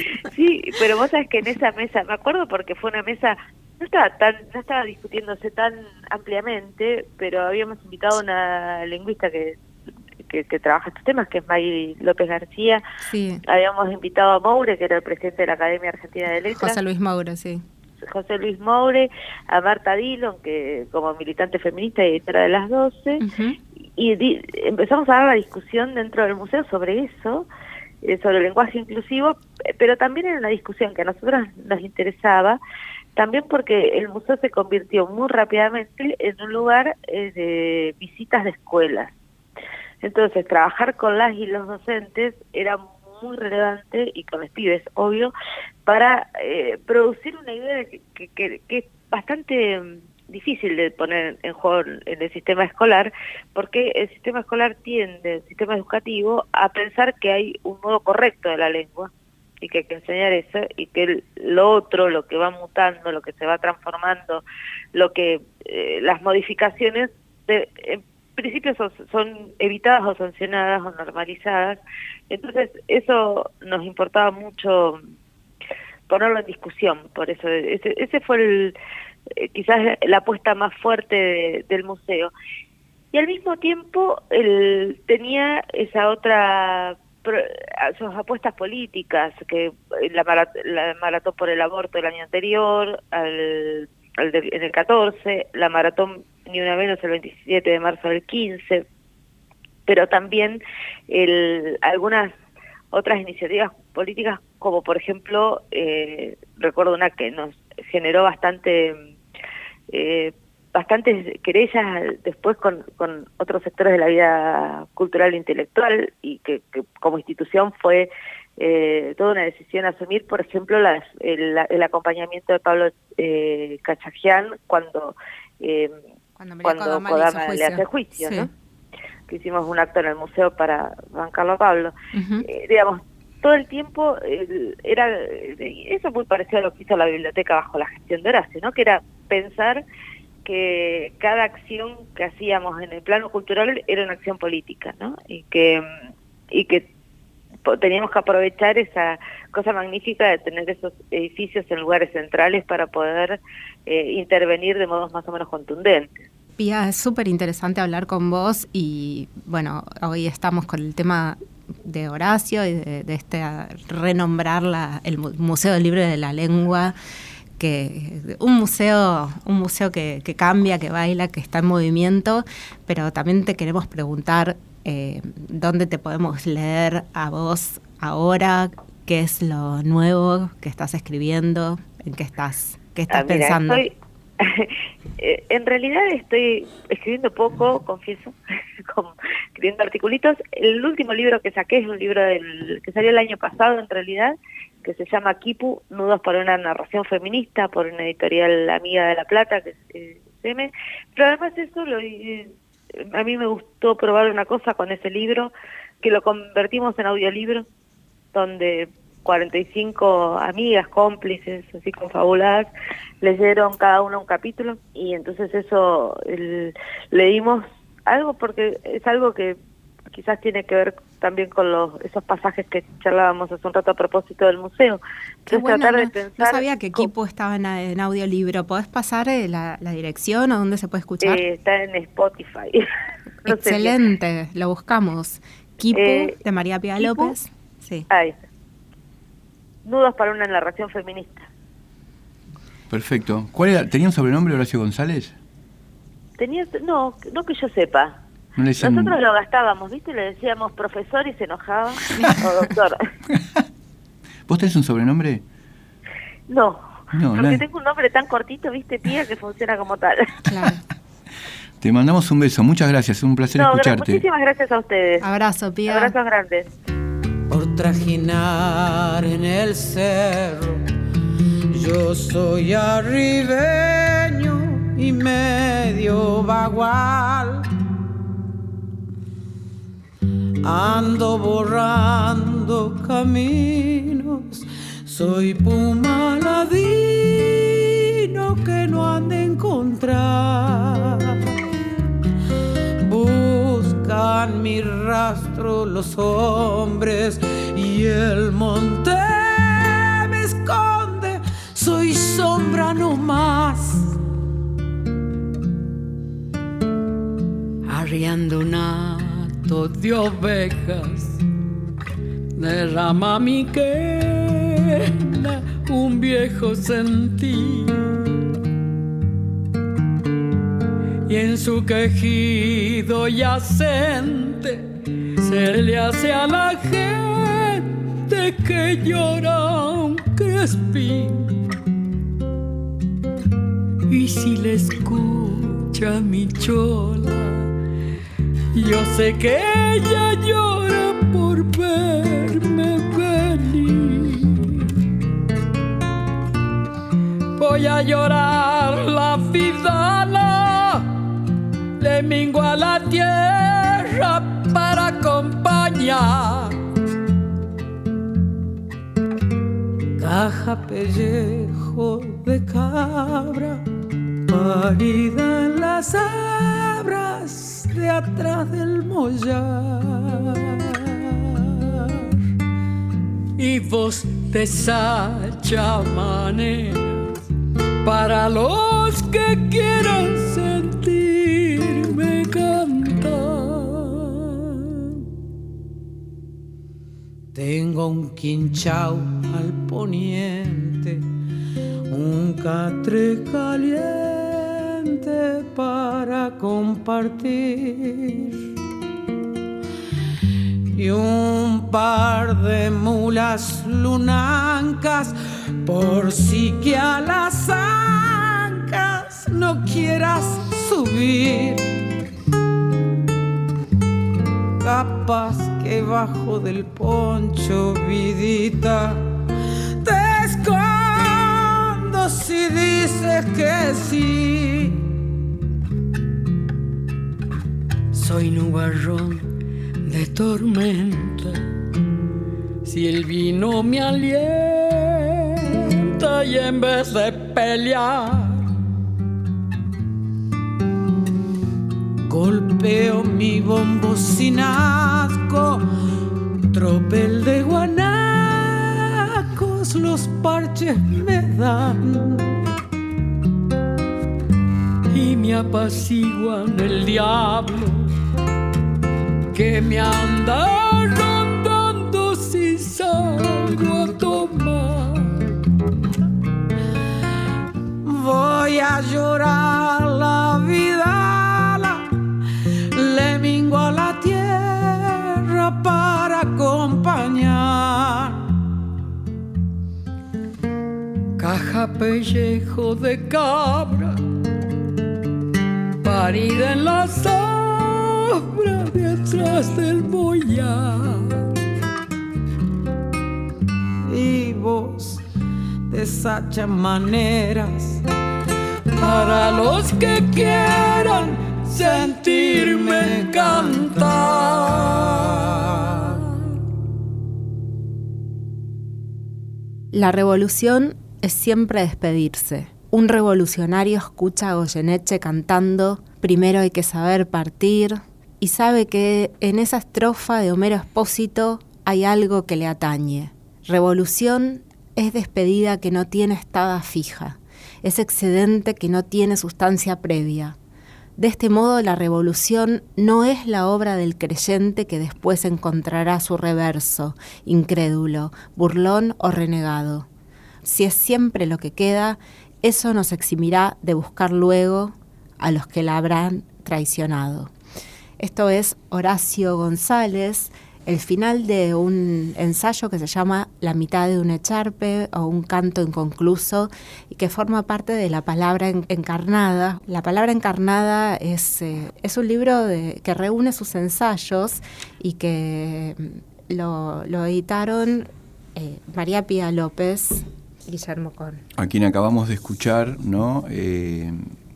Sí, pero vos sabés que en esa mesa, me acuerdo porque fue una mesa, no estaba tan, no estaba discutiéndose tan ampliamente, pero habíamos invitado a una lingüista que Que, que trabaja estos temas, que es Mayri López García. Sí. Habíamos invitado a Moure, que era el presidente de la Academia Argentina de Letras. José Luis Moure, sí. José Luis Moure, a Marta Dillon, que como militante feminista y editora de Las doce, uh-huh. y di, empezamos a dar la discusión dentro del museo sobre eso, eh, sobre el lenguaje inclusivo, pero también en la discusión que a nosotros nos interesaba, también porque el museo se convirtió muy rápidamente en un lugar eh, de visitas de escuelas. Entonces, trabajar con las y los docentes era muy relevante, y con los pibes, obvio, para eh, producir una idea que, que, que, que es bastante um, difícil de poner en juego en el sistema escolar, porque el sistema escolar tiende, el sistema educativo, a pensar que hay un modo correcto de la lengua, y que hay que enseñar eso, y que el, lo otro, lo que va mutando, lo que se va transformando, lo que eh, las modificaciones, de, en principio son, son evitadas o sancionadas o normalizadas. Entonces eso nos importaba mucho ponerlo en discusión, por eso ese, ese fue el, eh, quizás la apuesta más fuerte de, del museo. Y al mismo tiempo él tenía esa otra, sus apuestas políticas, que la, marat la maratón por el aborto el año anterior, al, al de, en el catorce, la maratón Ni Una Menos el veintisiete de marzo del quince, pero también el, algunas otras iniciativas políticas, como por ejemplo, eh, recuerdo una que nos generó bastante eh, bastantes querellas después con, con otros sectores de la vida cultural e intelectual, y que, que como institución fue eh, toda una decisión asumir, por ejemplo, las, el, el acompañamiento de Pablo eh, Cachajian cuando eh, cuando, cuando Kodama le hace juicio, sí. ¿no? Que hicimos un acto en el museo para bancarlo a Pablo. Uh-huh. eh, digamos, todo el tiempo eh, era eso muy parecido a lo que hizo la biblioteca bajo la gestión de Horacio, ¿no? Que era pensar que cada acción que hacíamos en el plano cultural era una acción política, ¿no? Y que y que teníamos que aprovechar esa cosa magnífica de tener esos edificios en lugares centrales para poder eh, intervenir de modos más o menos contundentes. Pía, es súper interesante hablar con vos, y bueno, hoy estamos con el tema de Horacio y de, de este renombrar la, el Museo del Libro de la Lengua, que un museo, un museo que, que cambia, que baila, que está en movimiento, pero también te queremos preguntar eh, dónde te podemos leer a vos ahora, qué es lo nuevo que estás escribiendo, en qué estás, qué estás ah, mira, pensando. Estoy, en realidad estoy escribiendo poco, confieso, escribiendo articulitos. El último libro que saqué es un libro del, que salió el año pasado en realidad, que se llama Kipu, Nudos para una narración feminista, por una editorial amiga de La Plata, que es eh, C M. Pero además eso, lo, eh, a mí me gustó probar una cosa con ese libro, que lo convertimos en audiolibro, donde cuarenta y cinco amigas, cómplices, así confabuladas, leyeron cada una un capítulo, y entonces eso, el, leímos algo, porque es algo que quizás tiene que ver también con los esos pasajes que charlábamos hace un rato a propósito del museo. Qué bueno, tratar de no, pensar, no sabía que Kipu estaba en, en audiolibro. ¿Podés pasar la, la dirección o dónde se puede escuchar? Eh, está en Spotify. No Excelente, sé lo buscamos. Kipu, eh, de María Pía Kipu, López. Sí. Ahí está. Nudos para una narración feminista. Perfecto. ¿Cuál era? ¿Tenía un sobrenombre Horacio González? Tenía, no, no que yo sepa. ¿No le decían... Nosotros lo gastábamos, ¿viste? Le decíamos profesor y se enojaba, o doctor. ¿Vos tenés un sobrenombre? No, no porque la... tengo un nombre tan cortito, ¿viste, Pía? Que funciona como tal. Claro. Te mandamos un beso, muchas gracias, es un placer no, escucharte. Muchísimas gracias a ustedes. Abrazo, Pía. Abrazos grandes. Por trajinar en el cerro, yo soy arribeño y medio bagual. Ando borrando caminos, soy puma ladino que no han de encontrar. Buscan mi rastro los hombres y el monte me esconde, soy sombra no más. Arriando un hato de ovejas, derrama mi quena un viejo sentir, y en su quejido yacente se le hace a la gente que llora un crespín. Y si le escucha mi chola, yo sé que ella llora por verme voy a llorar la vidala, le mingo a la tierra para acompañar. Caja pellejo de cabra, parida en las abras de atrás del mollar. Y voz de sacha maneras para los que quieran sentirme cantar. Tengo un quinchao al poniente, un catre caliente para compartir y un par de mulas lunancas por si que a las ancas no quieras subir. Capaz que bajo del poncho, vidita, te escondo si dices que sí. Soy nubarrón de tormenta, si el vino me alienta y en vez de pelear golpeo mi bombo sin asco, tropel de guanacos los parches me dan y me apaciguan el diablo que me anda rondando si salgo a tomar. Voy a llorar la vida, le mingo a la tierra para acompañar. Caja pellejo de cabra, parida en la sombra detrás del mollar. Y vos desachan maneras para los que quieran sentirme cantar. La revolución es siempre despedirse. Un revolucionario escucha a Goyeneche cantando "Primero hay que saber partir" y sabe que en esa estrofa de Homero Expósito hay algo que le atañe. Revolución es despedida que no tiene estada fija, es excedente que no tiene sustancia previa. De este modo, la revolución no es la obra del creyente que después encontrará su reverso, incrédulo, burlón o renegado. Si es siempre lo que queda, eso nos eximirá de buscar luego a los que la habrán traicionado. Esto es Horacio González, el final de un ensayo que se llama La mitad de un echarpe o un canto inconcluso y que forma parte de La palabra encarnada. La palabra encarnada es, eh, es un libro de, que reúne sus ensayos y que lo, lo editaron eh, María Pía López y Guillermo Con. A quien acabamos de escuchar, ¿no? Eh,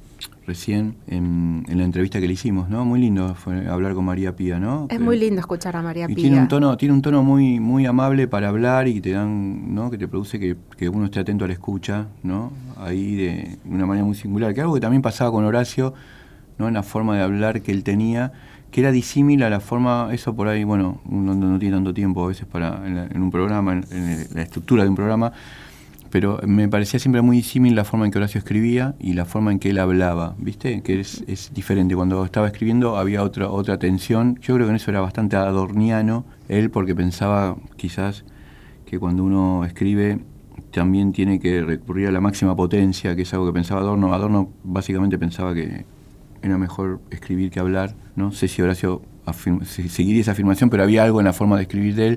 recién en, en la entrevista que le hicimos, ¿no? Muy lindo fue hablar con María Pía, ¿no? Es que, muy lindo escuchar a María y Pía. Tiene un tono, tiene un tono muy, muy amable para hablar y te dan, ¿no? Que te produce que, que uno esté atento a la escucha, ¿no? Ahí de una manera muy singular, que algo que también pasaba con Horacio, ¿no? En la forma de hablar que él tenía, que era disímil a la forma, eso por ahí, bueno, uno no, no tiene tanto tiempo a veces para en, la, en un programa, en, en la estructura de un programa, pero me parecía siempre muy disímil la forma en que Horacio escribía y la forma en que él hablaba, ¿viste? Que es, es diferente. Cuando estaba escribiendo había otra otra tensión. Yo creo que en eso era bastante adorniano él, porque pensaba quizás que cuando uno escribe también tiene que recurrir a la máxima potencia, que es algo que pensaba Adorno. Adorno básicamente pensaba que era mejor escribir que hablar. No sé si Horacio afirma, si seguiría esa afirmación, pero había algo en la forma de escribir de él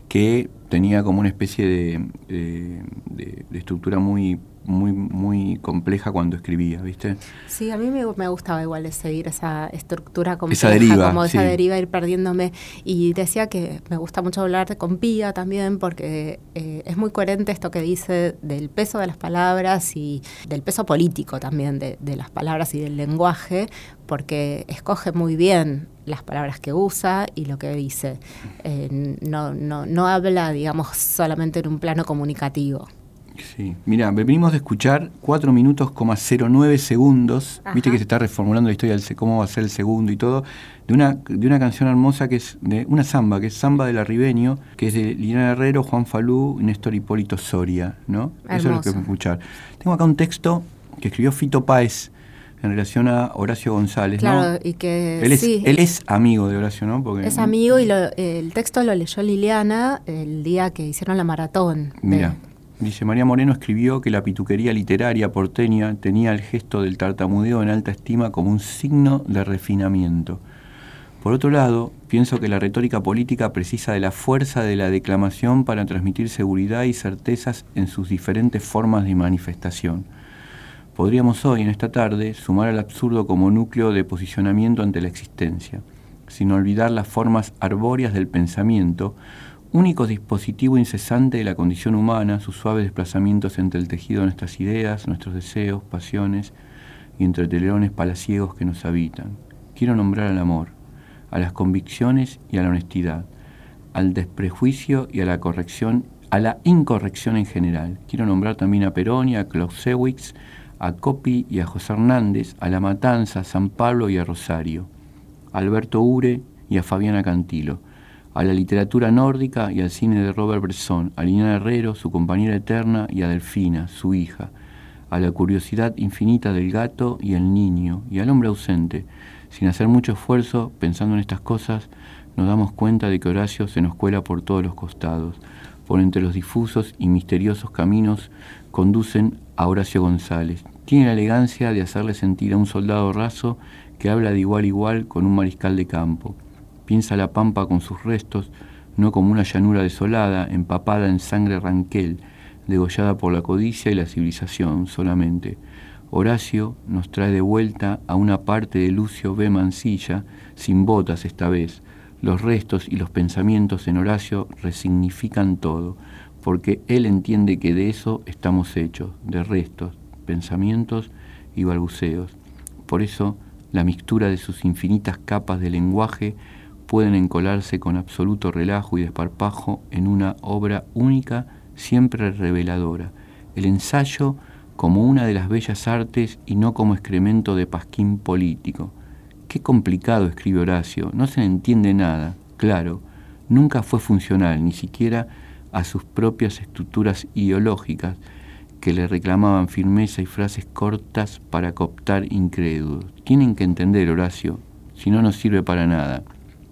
que tenía como una especie de, de, de, de estructura muy muy muy compleja cuando escribía, ¿viste? Sí, a mí me, me gustaba igual de seguir esa estructura compleja, esa deriva, como esa sí. deriva, ir perdiéndome. Y decía que me gusta mucho hablar con Pía también, porque eh, es muy coherente esto que dice del peso de las palabras y del peso político también de, de las palabras y del lenguaje, porque escoge muy bien las palabras que usa y lo que dice. Eh, no, no, no habla, digamos, solamente en un plano comunicativo. Sí, mira, venimos de escuchar cuatro minutos, cero nueve segundos. Ajá. Viste que se está reformulando la historia de cómo va a ser el segundo y todo, de una, de una canción hermosa que es de una samba, que es Samba del Arribeño, que es de Liliana Herrero, Juan Falú y Néstor Hipólito Soria, ¿no? Hermoso. Eso es lo que vamos a escuchar. Tengo acá un texto que escribió Fito Páez en relación a Horacio González, claro, ¿no? Y que él es, sí, él es amigo de Horacio, ¿no? Porque es amigo y lo, el texto lo leyó Liliana el día que hicieron la maratón. Mira. Dice, María Moreno escribió que la pituquería literaria porteña tenía el gesto del tartamudeo en alta estima como un signo de refinamiento. Por otro lado, pienso que la retórica política precisa de la fuerza de la declamación para transmitir seguridad y certezas en sus diferentes formas de manifestación. Podríamos hoy, en esta tarde, sumar al absurdo como núcleo de posicionamiento ante la existencia, sin olvidar las formas arbóreas del pensamiento, único dispositivo incesante de la condición humana, sus suaves desplazamientos entre el tejido de nuestras ideas, nuestros deseos, pasiones y entre telerones palaciegos que nos habitan. Quiero nombrar al amor, a las convicciones y a la honestidad, al desprejuicio y a la corrección, a la incorrección en general. Quiero nombrar también a Perón y a Clausewitz, a Coppi y a José Hernández, a La Matanza, a San Pablo y a Rosario, a Alberto Ure y a Fabiana Cantilo, a la literatura nórdica y al cine de Robert Bresson, a Liliana Herrero, su compañera eterna, y a Delfina, su hija, a la curiosidad infinita del gato y el niño, y al hombre ausente. Sin hacer mucho esfuerzo, pensando en estas cosas, nos damos cuenta de que Horacio se nos cuela por todos los costados, por entre los difusos y misteriosos caminos conducen a Horacio González. Tiene la elegancia de hacerle sentir a un soldado raso que habla de igual a igual con un mariscal de campo. Piensa la pampa con sus restos, no como una llanura desolada, empapada en sangre ranquel, degollada por la codicia y la civilización solamente. Horacio nos trae de vuelta a una parte de Lucio B. Mansilla, sin botas esta vez. Los restos y los pensamientos en Horacio resignifican todo, porque él entiende que de eso estamos hechos, de restos, pensamientos y balbuceos. Por eso, la mixtura de sus infinitas capas de lenguaje pueden encolarse con absoluto relajo y desparpajo en una obra única, siempre reveladora. El ensayo como una de las bellas artes y no como excremento de pasquín político. Qué complicado, escribe Horacio, no se le entiende nada, claro, nunca fue funcional, ni siquiera a sus propias estructuras ideológicas, que le reclamaban firmeza y frases cortas para cooptar incrédulos. Tienen que entender, Horacio, si no nos sirve para nada.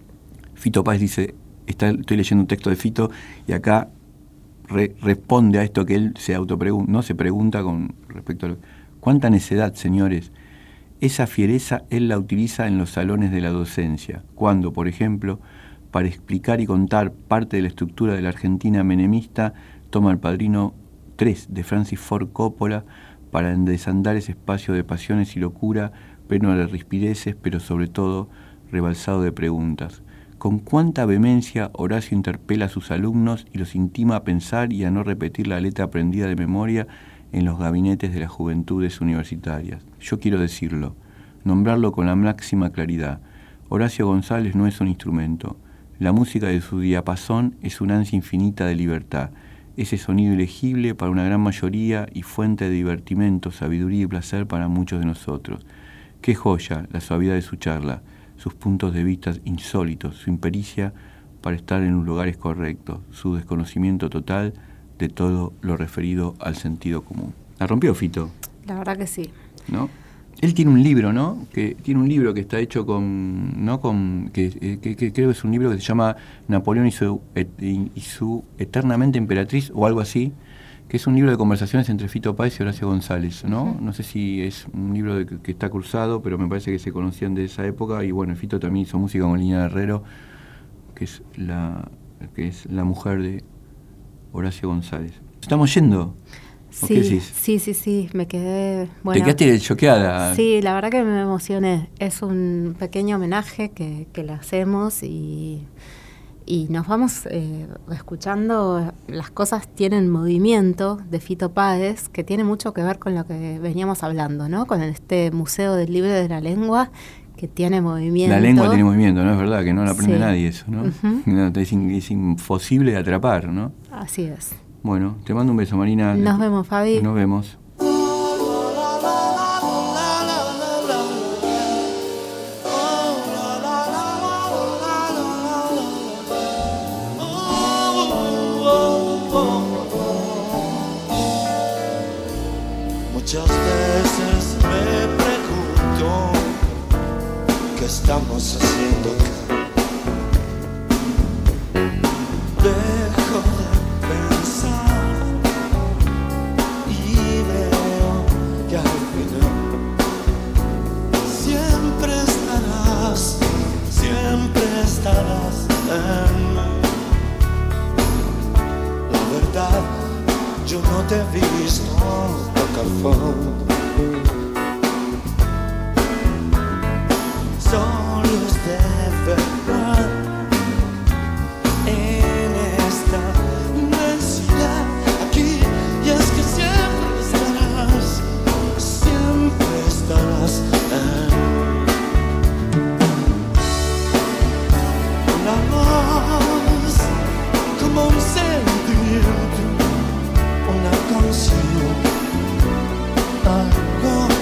Fito Páez dice, está, estoy leyendo un texto de Fito y acá re, responde a esto que él se autopregunta, no se pregunta con respecto a lo, ¿cuánta necedad, señores? Esa fiereza él la utiliza en los salones de la docencia, cuando, por ejemplo, para explicar y contar parte de la estructura de la Argentina menemista, toma El Padrino tres de Francis Ford Coppola para desandar ese espacio de pasiones y locura, pleno de rispideces, pero sobre todo rebalsado de preguntas. Con cuánta vehemencia Horacio interpela a sus alumnos y los intima a pensar y a no repetir la letra aprendida de memoria en los gabinetes de las juventudes universitarias. Yo quiero decirlo, nombrarlo con la máxima claridad. Horacio González no es un instrumento. La música de su diapasón es una ansia infinita de libertad, ese sonido ilegible para una gran mayoría y fuente de divertimento, sabiduría y placer para muchos de nosotros. Qué joya la suavidad de su charla, sus puntos de vista insólitos, su impericia para estar en los lugares correctos, su desconocimiento total de todo lo referido al sentido común. La rompió Fito. La verdad que sí. ¿No? Él tiene un libro, ¿no? Que tiene un libro que está hecho con, ¿no? Con que, que, que creo que es un libro que se llama Napoleón y su, et, y su eternamente emperatriz o algo así, que es un libro de conversaciones entre Fito Páez y Horacio González, ¿no? Uh-huh. No sé si es un libro de, que, que está cursado, pero me parece que se conocían de esa época y bueno, Fito también hizo música con Liliana Herrero, que es la que es la mujer de Horacio González. ¿Estamos yendo? ¿O Sí, qué decís? sí, sí, sí, me quedé... Bueno, ¿Te quedaste choqueada? Sí, la verdad que me emocioné. Es un pequeño homenaje que, que le hacemos y, y nos vamos eh, escuchando. Las cosas tienen movimiento de Fito Páez, que tiene mucho que ver con lo que veníamos hablando, ¿no? Con este Museo del Libro de la Lengua, que tiene movimiento. La lengua tiene movimiento, ¿no? Es verdad que no lo aprende Sí. nadie eso, ¿no? Uh-huh. No, es, in, es imposible de atrapar, ¿no? Así es. Bueno, te mando un beso, Marina. Nos vemos, Fabi. Nos vemos. Muchas veces me pregunto qué estamos haciendo acá. Dejo de pensar y veo que al final siempre estarás, siempre estarás en mí. La verdad, yo no te he visto tocar fondo. Solo es de verdad en esta inmensidad aquí, y es que siempre estarás, siempre estarás en una voz como un sentimiento, una canción, algo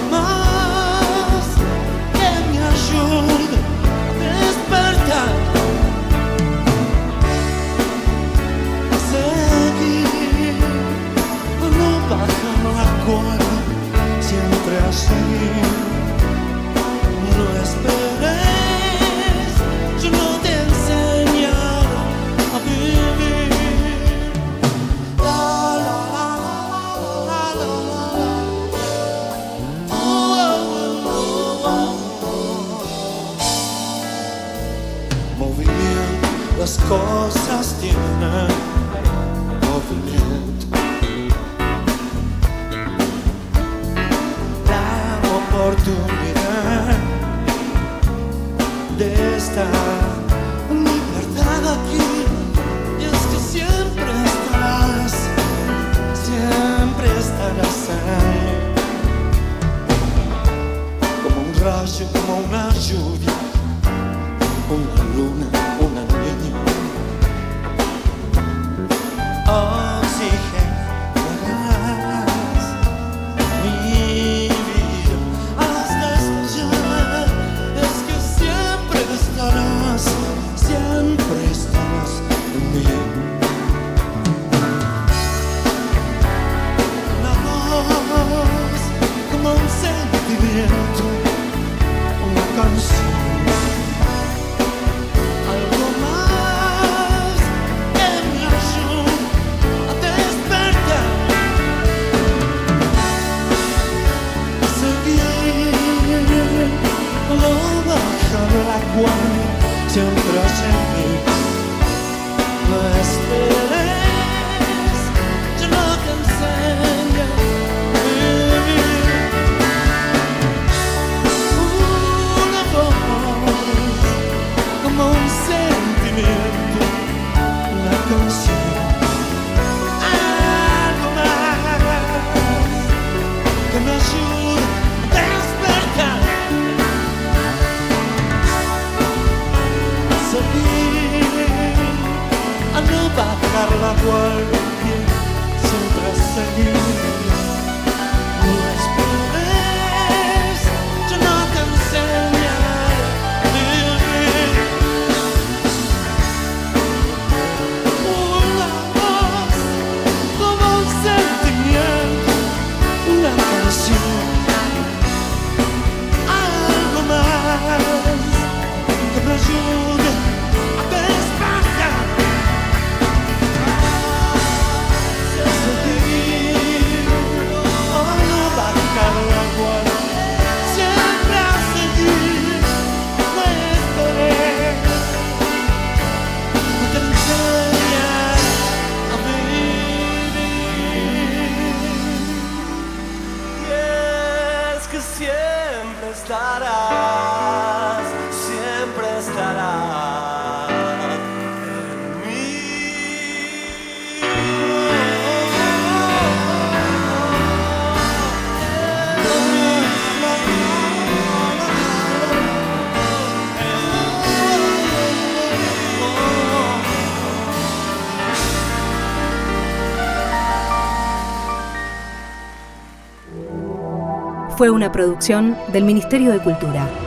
fue una producción del Ministerio de Cultura.